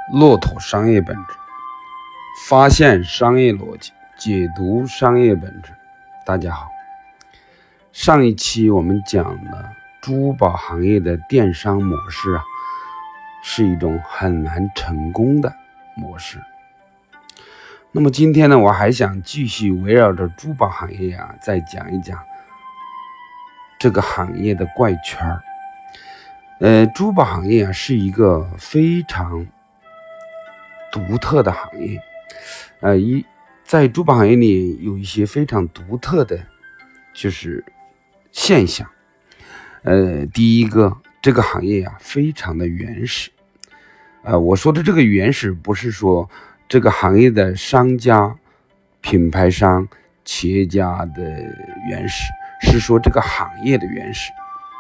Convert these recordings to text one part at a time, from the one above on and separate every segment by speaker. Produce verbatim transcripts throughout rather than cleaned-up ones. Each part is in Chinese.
Speaker 1: 骆驼商业本质，发现商业逻辑，解读商业本质。大家好，上一期我们讲了珠宝行业的电商模式啊，是一种很难成功的模式。那么今天呢，我还想继续围绕着珠宝行业啊，再讲一讲这个行业的怪圈儿。呃，珠宝行业啊，是一个非常独特的行业。呃，一在珠宝行业里有一些非常独特的，就是现象。呃，第一个，这个行业啊，非常的原始。呃，我说的这个原始，不是说这个行业的商家、品牌商、企业家的原始，是说这个行业的原始。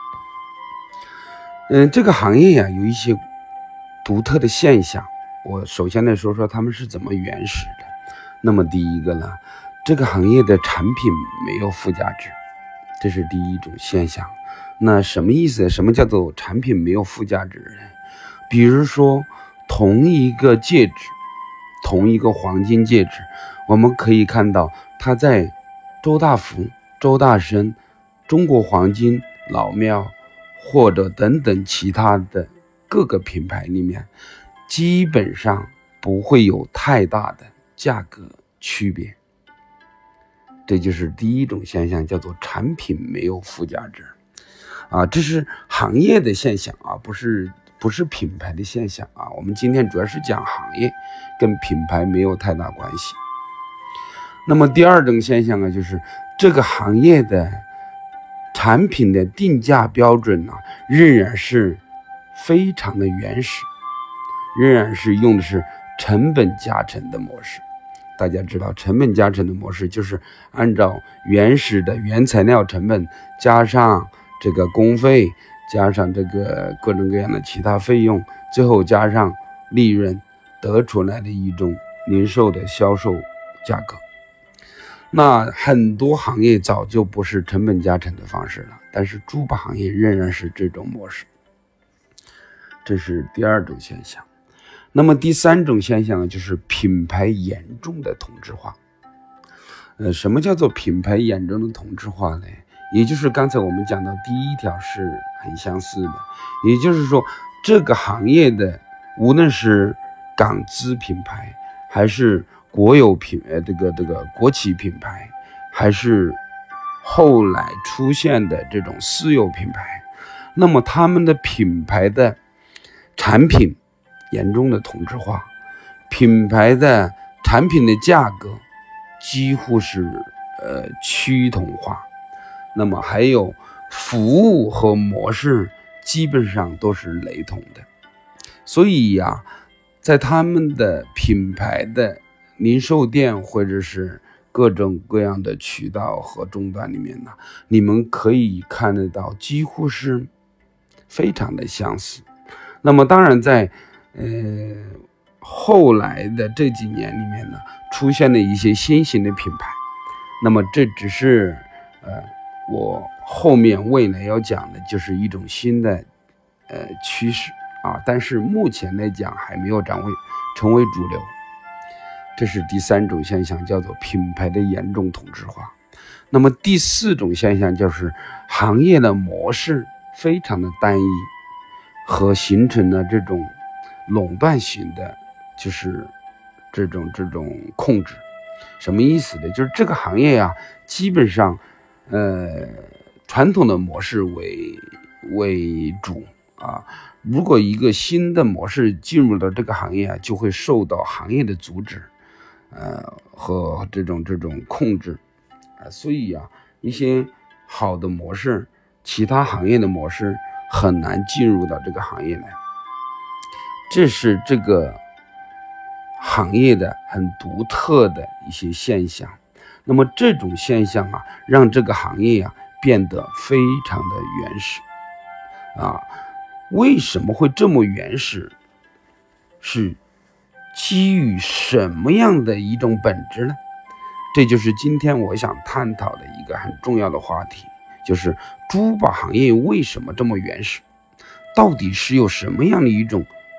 Speaker 1: 嗯、呃，这个行业呀、啊，有一些独特的现象。我首先来说说他们是怎么原始的。那么第一个呢，这个行业的产品没有附加值，这是第一种现象。那什么意思？什么叫做产品没有附加值呢？比如说同一个戒指，同一个黄金戒指，我们可以看到它在周大福、周大生、中国黄金、老庙或者等等其他的各个品牌里面，基本上不会有太大的价格区别。这就是第一种现象，叫做产品没有附加值啊，这是行业的现象啊，不是不是品牌的现象啊。我们今天主要是讲行业，跟品牌没有太大关系。那么第二种现象呢，就是这个行业的产品的定价标准呢、啊，仍然是非常的原始，仍然是用的是成本加成的模式。大家知道成本加成的模式就是按照原始的原材料成本加上这个工费，加上这个各种各样的其他费用，最后加上利润得出来的一种零售的销售价格。那很多行业早就不是成本加成的方式了，但是珠宝行业仍然是这种模式。这是第二种现象。那么第三种现象呢，就是品牌严重的同质化。呃，什么叫做品牌严重的同质化呢？也就是刚才我们讲到第一条是很相似的，也就是说这个行业的无论是港资品牌，还是国有品呃这个这个国企品牌，还是后来出现的这种私有品牌，那么他们的品牌的产品严重的同质化，品牌的产品的价格几乎是呃趋同化，那么还有服务和模式基本上都是雷同的。所以呀、啊，在他们的品牌的零售店或者是各种各样的渠道和终端里面呢，你们可以看得到几乎是非常的相似。那么当然在呃后来的这几年里面呢，出现了一些新型的品牌，那么这只是呃我后面未来要讲的就是一种新的呃趋势啊，但是目前来讲还没有成为成为主流。这是第三种现象，叫做品牌的严重同质化。那么第四种现象就是行业的模式非常的单一，和形成了这种垄断型的，就是这种这种控制。什么意思呢？就是这个行业啊，基本上呃传统的模式为为主啊。如果一个新的模式进入到这个行业啊，就会受到行业的阻止呃和这种这种控制啊。所以啊，一些好的模式，其他行业的模式很难进入到这个行业来。这是这个行业的很独特的一些现象。那么这种现象啊，让这个行业啊变得非常的原始啊。为什么会这么原始？是基于什么样的一种本质呢？这就是今天我想探讨的一个很重要的话题，就是珠宝行业为什么这么原始？到底是有什么样的一种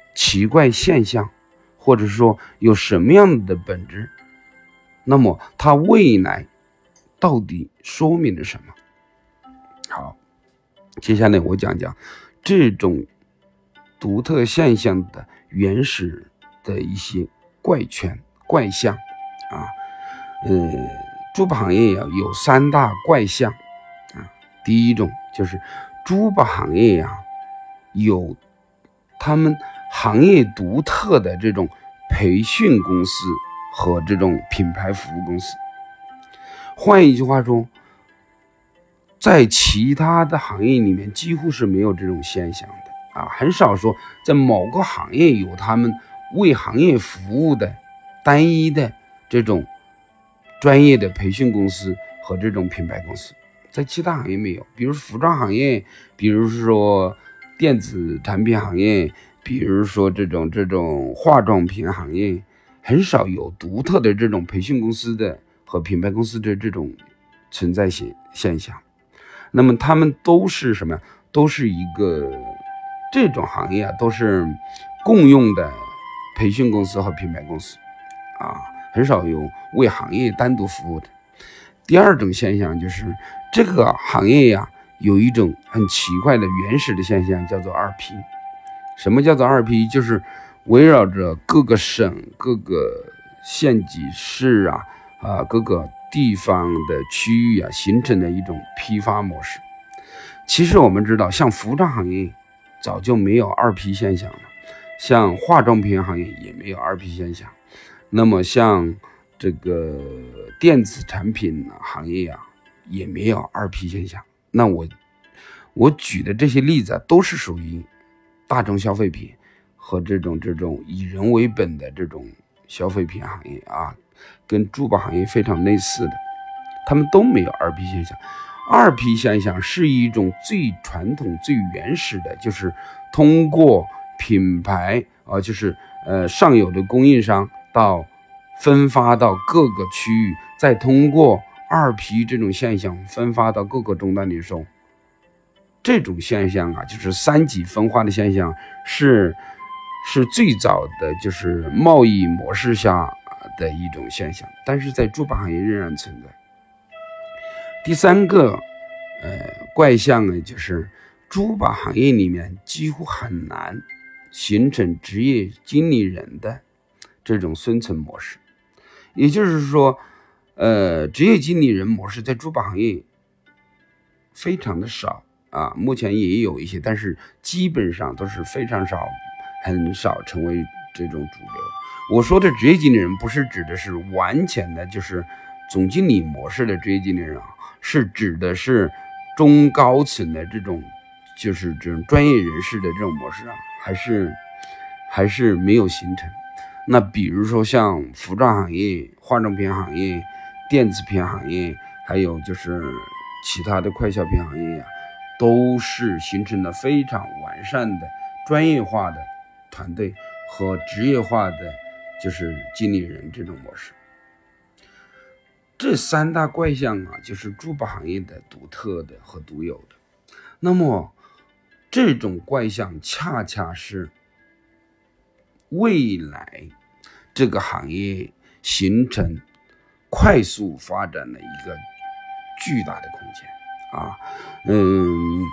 Speaker 1: 奇怪现象，或者说有什么样的本质，那么它未来到底说明了什么？好，接下来我讲讲这种独特现象的原始的一些怪圈怪象啊。呃，珠宝行业呀有三大怪象啊。第一种就是珠宝行业呀有他们行业独特的这种培训公司和这种品牌服务公司。换一句话说，在其他的行业里面几乎是没有这种现象的啊，很少说在某个行业有他们为行业服务的单一的这种专业的培训公司和这种品牌公司，在其他行业没有。比如服装行业，比如说电子产品行业，比如说这种这种化妆品行业，很少有独特的这种培训公司的和品牌公司的这种存在现现象。那么他们都是什么呀？都是一个这种行业啊，都是共用的培训公司和品牌公司啊，很少有为行业单独服务的。第二种现象就是这个行业呀、啊，有一种很奇怪的原始的现象，叫做二批。什么叫做二批？就是围绕着各个省、各个县级市啊啊各个地方的区域啊形成的一种批发模式。其实我们知道，像服装行业早就没有二批现象了，像化妆品行业也没有二批现象。那么像这个电子产品行业啊，也没有二批现象。那我我举的这些例子啊，都是属于大众消费品和这种这种以人为本的这种消费品行业啊，跟珠宝行业非常类似的，他们都没有二批现象。二批现象是一种最传统、最原始的，就是通过品牌啊，就是呃上游的供应商到分发到各个区域，再通过二批这种现象分发到各个终端零售。这种现象啊，就是三级分化的现象，是是最早的就是贸易模式下的一种现象，但是在珠宝行业仍然存在。第三个呃怪象呢，就是珠宝行业里面几乎很难形成职业经理人的这种生存模式。也就是说呃职业经理人模式在珠宝行业非常的少啊，目前也有一些，但是基本上都是非常少，很少成为这种主流。我说的职业经理人不是指的是完全的就是总经理模式的职业经理人啊，是指的是中高层的这种就是这种专业人士的这种模式啊，还是还是没有形成。那比如说像服装行业、化妆品行业、电子品行业，还有就是其他的快消品行业啊，都是形成了非常完善的专业化的团队和职业化的就是经理人这种模式。这三大怪象啊，就是珠宝行业的独特的和独有的。那么这种怪象恰恰是未来这个行业形成快速发展的一个巨大的空间啊。嗯，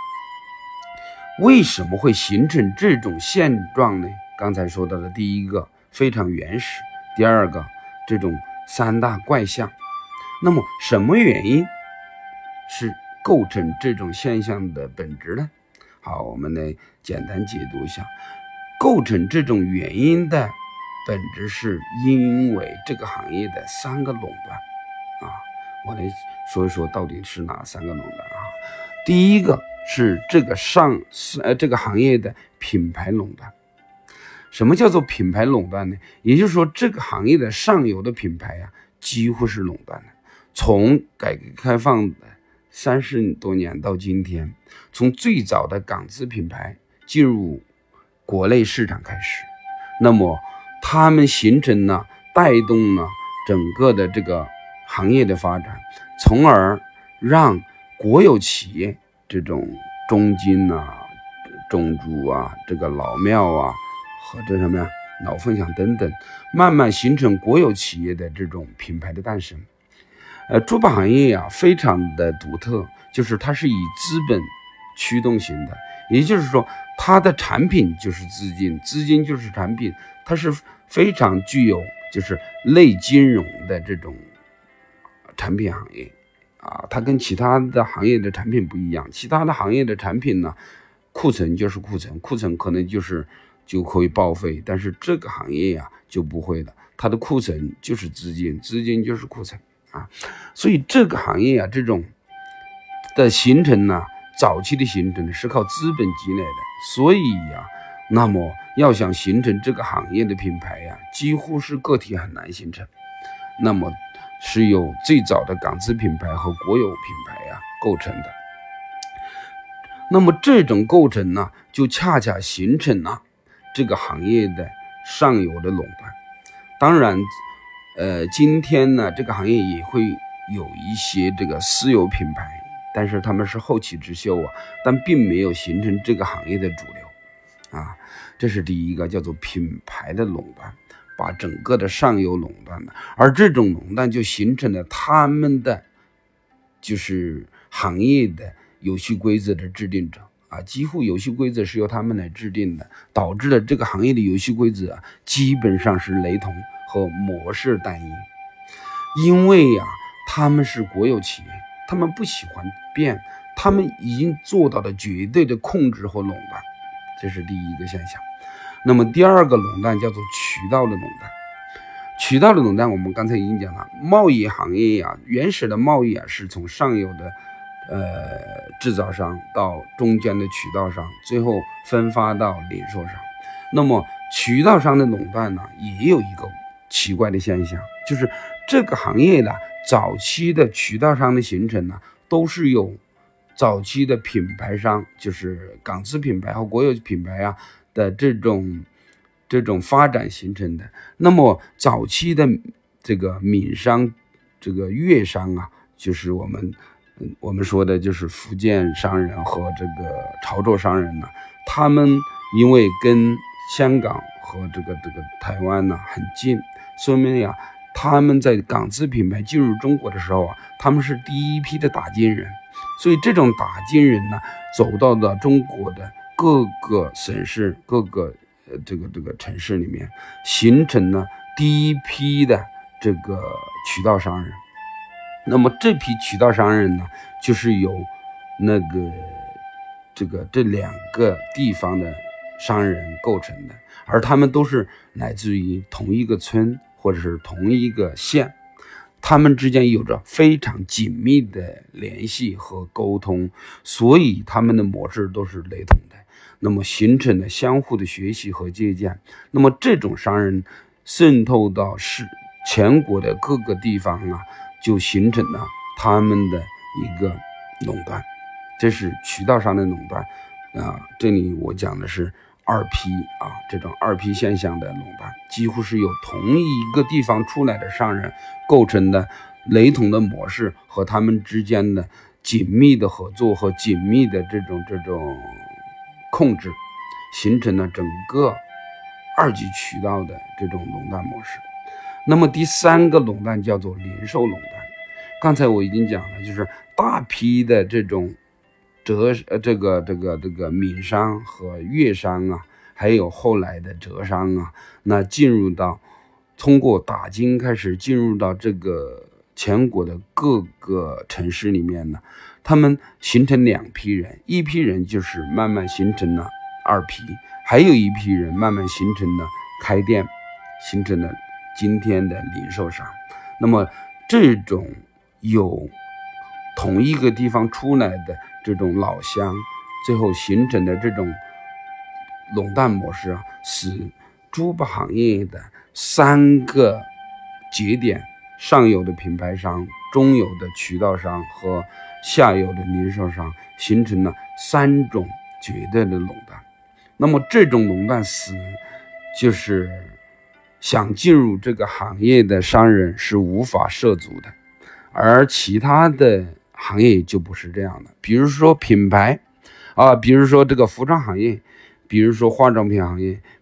Speaker 1: 为什么会形成这种现状呢？刚才说到的第一个非常原始，第二个这种三大怪象。那么什么原因是构成这种现象的本质呢？好，我们来简单解读一下。构成这种原因的本质是因为这个行业的三个垄断啊，我来说一说到底是哪三个垄断啊。第一个是这个上呃这个行业的品牌垄断。什么叫做品牌垄断呢？也就是说这个行业的上游的品牌呀、啊，几乎是垄断的。从改革开放的三十多年到今天，从最早的港资品牌进入国内市场开始，那么他们形成了带动了整个的这个行业的发展，从而让国有企业这种中金啊、中珠啊、这个老庙啊和这什么呀老凤祥等等，慢慢形成国有企业的这种品牌的诞生。呃，珠宝行业呀、啊、非常的独特，就是它是以资本驱动型的，也就是说它的产品就是资金，资金就是产品，它是非常具有就是类金融的这种产品行业啊，它跟其他的行业的产品不一样，其他的行业的产品呢，库存就是库存，库存可能就是就可以报废，但是这个行业呀、啊、就不会的，它的库存就是资金，资金就是库存啊，所以这个行业啊这种的形成呢，早期的形成是靠资本积累的，所以呀、啊，那么要想形成这个行业的品牌呀、啊，几乎是个体很难形成，那么是由最早的港资品牌和国有品牌呀、啊、构成的。那么这种构成呢，就恰恰形成了这个行业的上游的垄断。当然，呃，今天呢，这个行业也会有一些这个私有品牌，但是他们是后起之秀啊，但并没有形成这个行业的主流啊。这是第一个，叫做品牌的垄断，把整个的上游垄断了，而这种垄断就形成了他们的就是行业的游戏规则的制定者啊，几乎游戏规则是由他们来制定的，导致了这个行业的游戏规则啊，基本上是雷同和模式单一。因为呀、啊，他们是国有企业，他们不喜欢变，他们已经做到了绝对的控制和垄断，这是第一个现象。那么第二个垄断叫做渠道的垄断。渠道的垄断我们刚才已经讲了，贸易行业呀、啊，原始的贸易啊是从上游的呃制造商到中间的渠道商，最后分发到零售商。那么渠道商的垄断呢，也有一个奇怪的现象，就是这个行业的早期的渠道商的形成呢，都是由早期的品牌商，就是港资品牌和国有品牌啊的这种这种发展形成的。那么早期的这个闽商、这个粤商啊，就是我们我们说的就是福建商人和这个潮州商人呢、啊，他们因为跟香港和这个这个台湾呢很近，说明呀，他们在港资品牌进入中国的时候啊，他们是第一批的打金人，所以这种打金人呢，走到了中国的各个省市、各个呃这个这个城市里面，形成了第一批的这个渠道商人。那么这批渠道商人呢，就是由那个这个这两个地方的商人构成的，而他们都是来自于同一个村或者是同一个县，他们之间有着非常紧密的联系和沟通，所以他们的模式都是雷同的，那么形成了相互的学习和借鉴。那么这种商人渗透到是全国的各个地方啊，就形成了他们的一个垄断，这是渠道上的垄断啊。这里我讲的是二批啊，这种二批现象的垄断，几乎是由同一个地方出来的商人构成的雷同的模式和他们之间的紧密的合作和紧密的这种这种控制，形成了整个二级渠道的这种垄断模式。那么第三个垄断叫做零售垄断。刚才我已经讲了，就是大批的这种浙呃这个这个这个闽商和粤商啊，还有后来的浙商啊，那进入到通过打金开始进入到这个全国的各个城市里面呢，他们形成两批人，一批人就是慢慢形成了二批，还有一批人慢慢形成了开店，形成了今天的零售商。那么这种有同一个地方出来的这种老乡，最后形成的这种垄断模式啊，使珠宝行业的三个节点，上游的品牌商、中游的渠道商和下游的零售商，形成了三种绝对的垄断。那么这种垄断使就是想进入这个行业的商人是无法涉足的，而其他的行业就不是这样的。比如说品牌啊，比如说这个服装行业，比如说化妆品行业，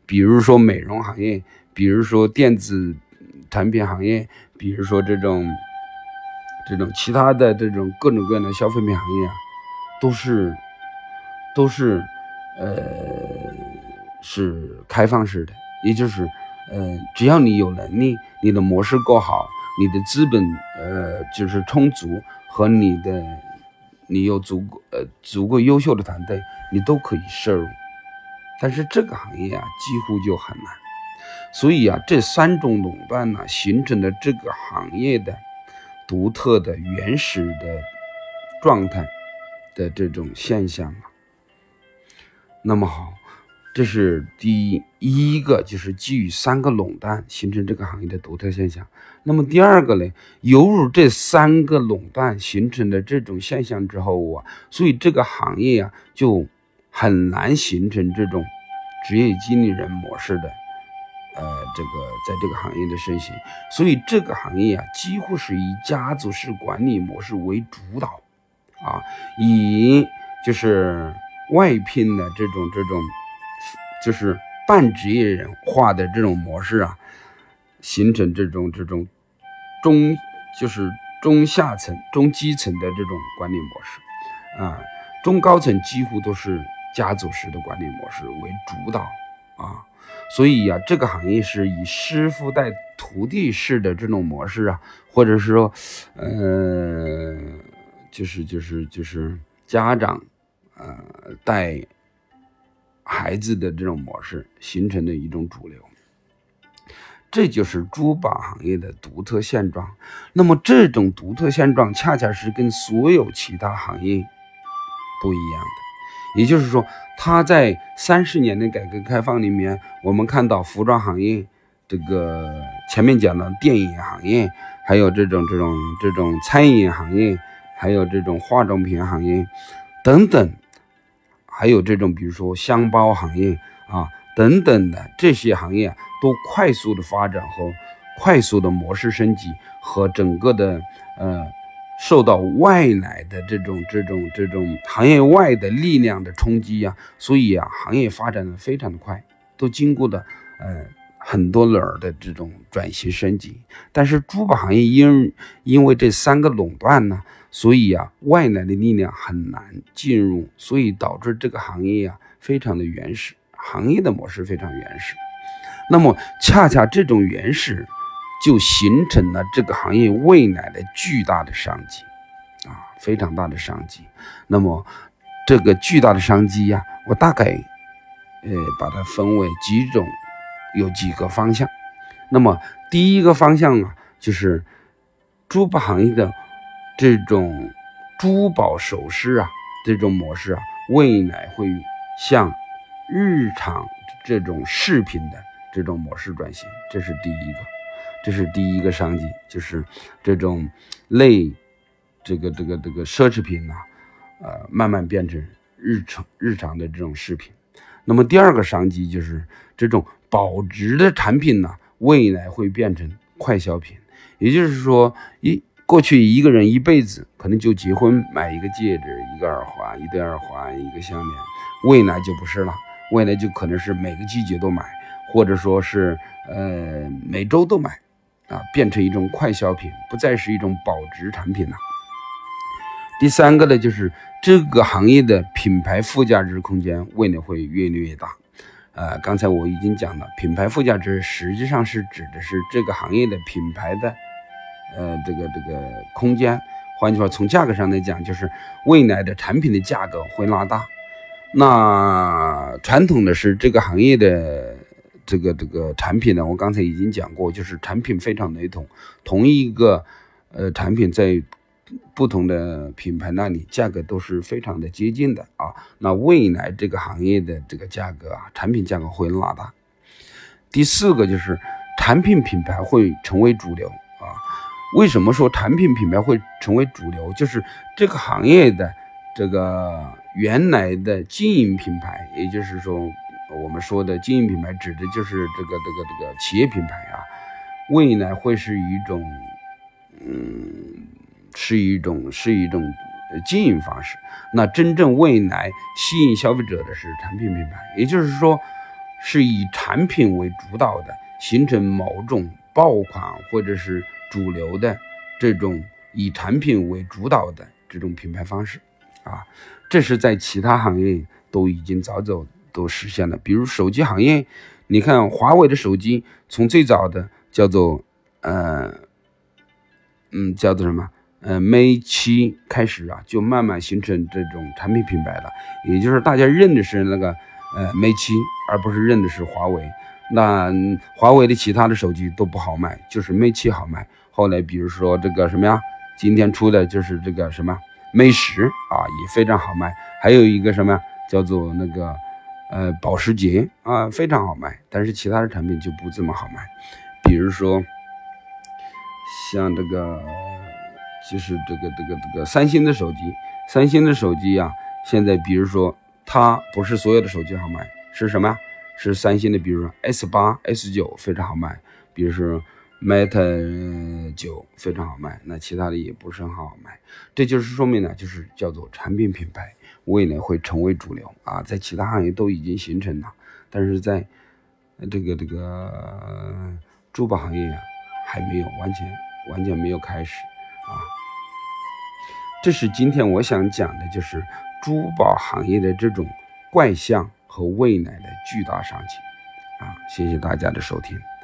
Speaker 1: 比如说美容行业，比如说电子产品行业，比如说这种这种其他的这种各种各样的消费品行业啊，都是都是呃是开放式的，也就是呃只要你有能力，你的模式够好，你的资本呃就是充足，和你的你有足够呃足够优秀的团队，你都可以摄入。但是这个行业啊，几乎就很难。所以啊，这三种垄断呢，形成了这个行业的独特的原始的状态的这种现象啊。那么好，这是第一个，就是基于三个垄断形成这个行业的独特现象。那么第二个呢，由于这三个垄断形成的这种现象之后啊，所以这个行业啊就很难形成这种职业经理人模式的呃，这个在这个行业的盛行。所以这个行业啊，几乎是以家族式管理模式为主导啊，以就是外聘的这种这种就是半职业人化的这种模式啊，形成这种这种中就是中下层中基层的这种管理模式啊，中高层几乎都是家族式的管理模式为主导啊。所以啊，这个行业是以师傅带徒弟式的这种模式啊，或者是说呃就是就是就是家长呃带孩子的这种模式形成的一种主流。这就是珠宝行业的独特现状。那么这种独特现状恰恰是跟所有其他行业不一样的。也就是说，它在三十年的改革开放里面，我们看到服装行业，这个前面讲的电影行业，还有这种这种这种餐饮行业，还有这种化妆品行业等等，还有这种比如说箱包行业啊等等的这些行业都快速的发展和快速的模式升级，和整个的呃受到外来的这种这种这种行业外的力量的冲击啊，所以啊行业发展的非常的快，都经过了呃很多轮的这种转型升级。但是珠宝行业因因为这三个垄断呢，所以啊外来的力量很难进入，所以导致这个行业啊非常的原始，行业的模式非常原始。那么恰恰这种原始就形成了这个行业未来的巨大的商机啊，非常大的商机。那么这个巨大的商机呀、啊，我大概呃把它分为几种，有几个方向。那么第一个方向啊，就是珠宝行业的这种珠宝首饰啊这种模式啊，未来会向日常这种饰品的这种模式转型，这是第一个。这是第一个商机，就是这种类这个这个这个奢侈品呢、啊，呃，慢慢变成日常日常的这种饰品。那么第二个商机就是这种保值的产品呢，未来会变成快消品。也就是说，一过去一个人一辈子可能就结婚买一个戒指、一个耳环、一对耳环、一个项链，未来就不是了，未来就可能是每个季节都买，或者说是呃每周都买。啊，变成一种快消品，不再是一种保值产品了。第三个呢，就是这个行业的品牌附加值空间未来会越来越大。呃，刚才我已经讲了，品牌附加值实际上是指的是这个行业的品牌的呃这个这个空间。换句话，从价格上来讲，就是未来的产品的价格会拉大。那传统的是这个行业的。这个这个产品呢，我刚才已经讲过，就是产品非常雷同，同一个呃产品在不同的品牌那里价格都是非常的接近的啊。那未来这个行业的这个价格啊，产品价格会拉大。第四个就是产品品牌会成为主流啊。为什么说产品品牌会成为主流？就是这个行业的这个原来的经营品牌，也就是说。我们说的经营品牌指的就是这个这个这个企业品牌啊，未来会是一种，嗯，是一种是一种经营方式。那真正未来吸引消费者的是产品品牌，也就是说， 是以产品为主导的，形成某种爆款或者是主流的这种以产品为主导的这种品牌方式啊，这是在其他行业都已经早早都实现了。比如手机行业，你看华为的手机从最早的叫做呃嗯叫做什么呃 Mate 七开始啊，就慢慢形成这种产品品牌了，也就是大家认的是那个呃 Mate 七，而不是认的是华为。那华为的其他的手机都不好卖，就是 Mate 七好卖。后来比如说这个什么呀，今天出的就是这个什么 Mate 十啊，也非常好卖。还有一个什么叫做那个呃保时捷啊，非常好卖，但是其他的产品就不这么好卖。比如说像这个就是这个这个这个三星的手机，三星的手机啊，现在比如说它不是所有的手机好卖，是什么？是三星的，比如说 S 八、S 九 非常好卖，比如说 Mate 九非常好卖，那其他的也不是很好卖。这就是说明呢，就是叫做产品品牌未来会成为主流啊，在其他行业都已经形成了，但是在这个这个珠宝行业啊，还没有完全完全没有开始啊。这是今天我想讲的，就是珠宝行业的这种怪象和未来的巨大商机啊！谢谢大家的收听。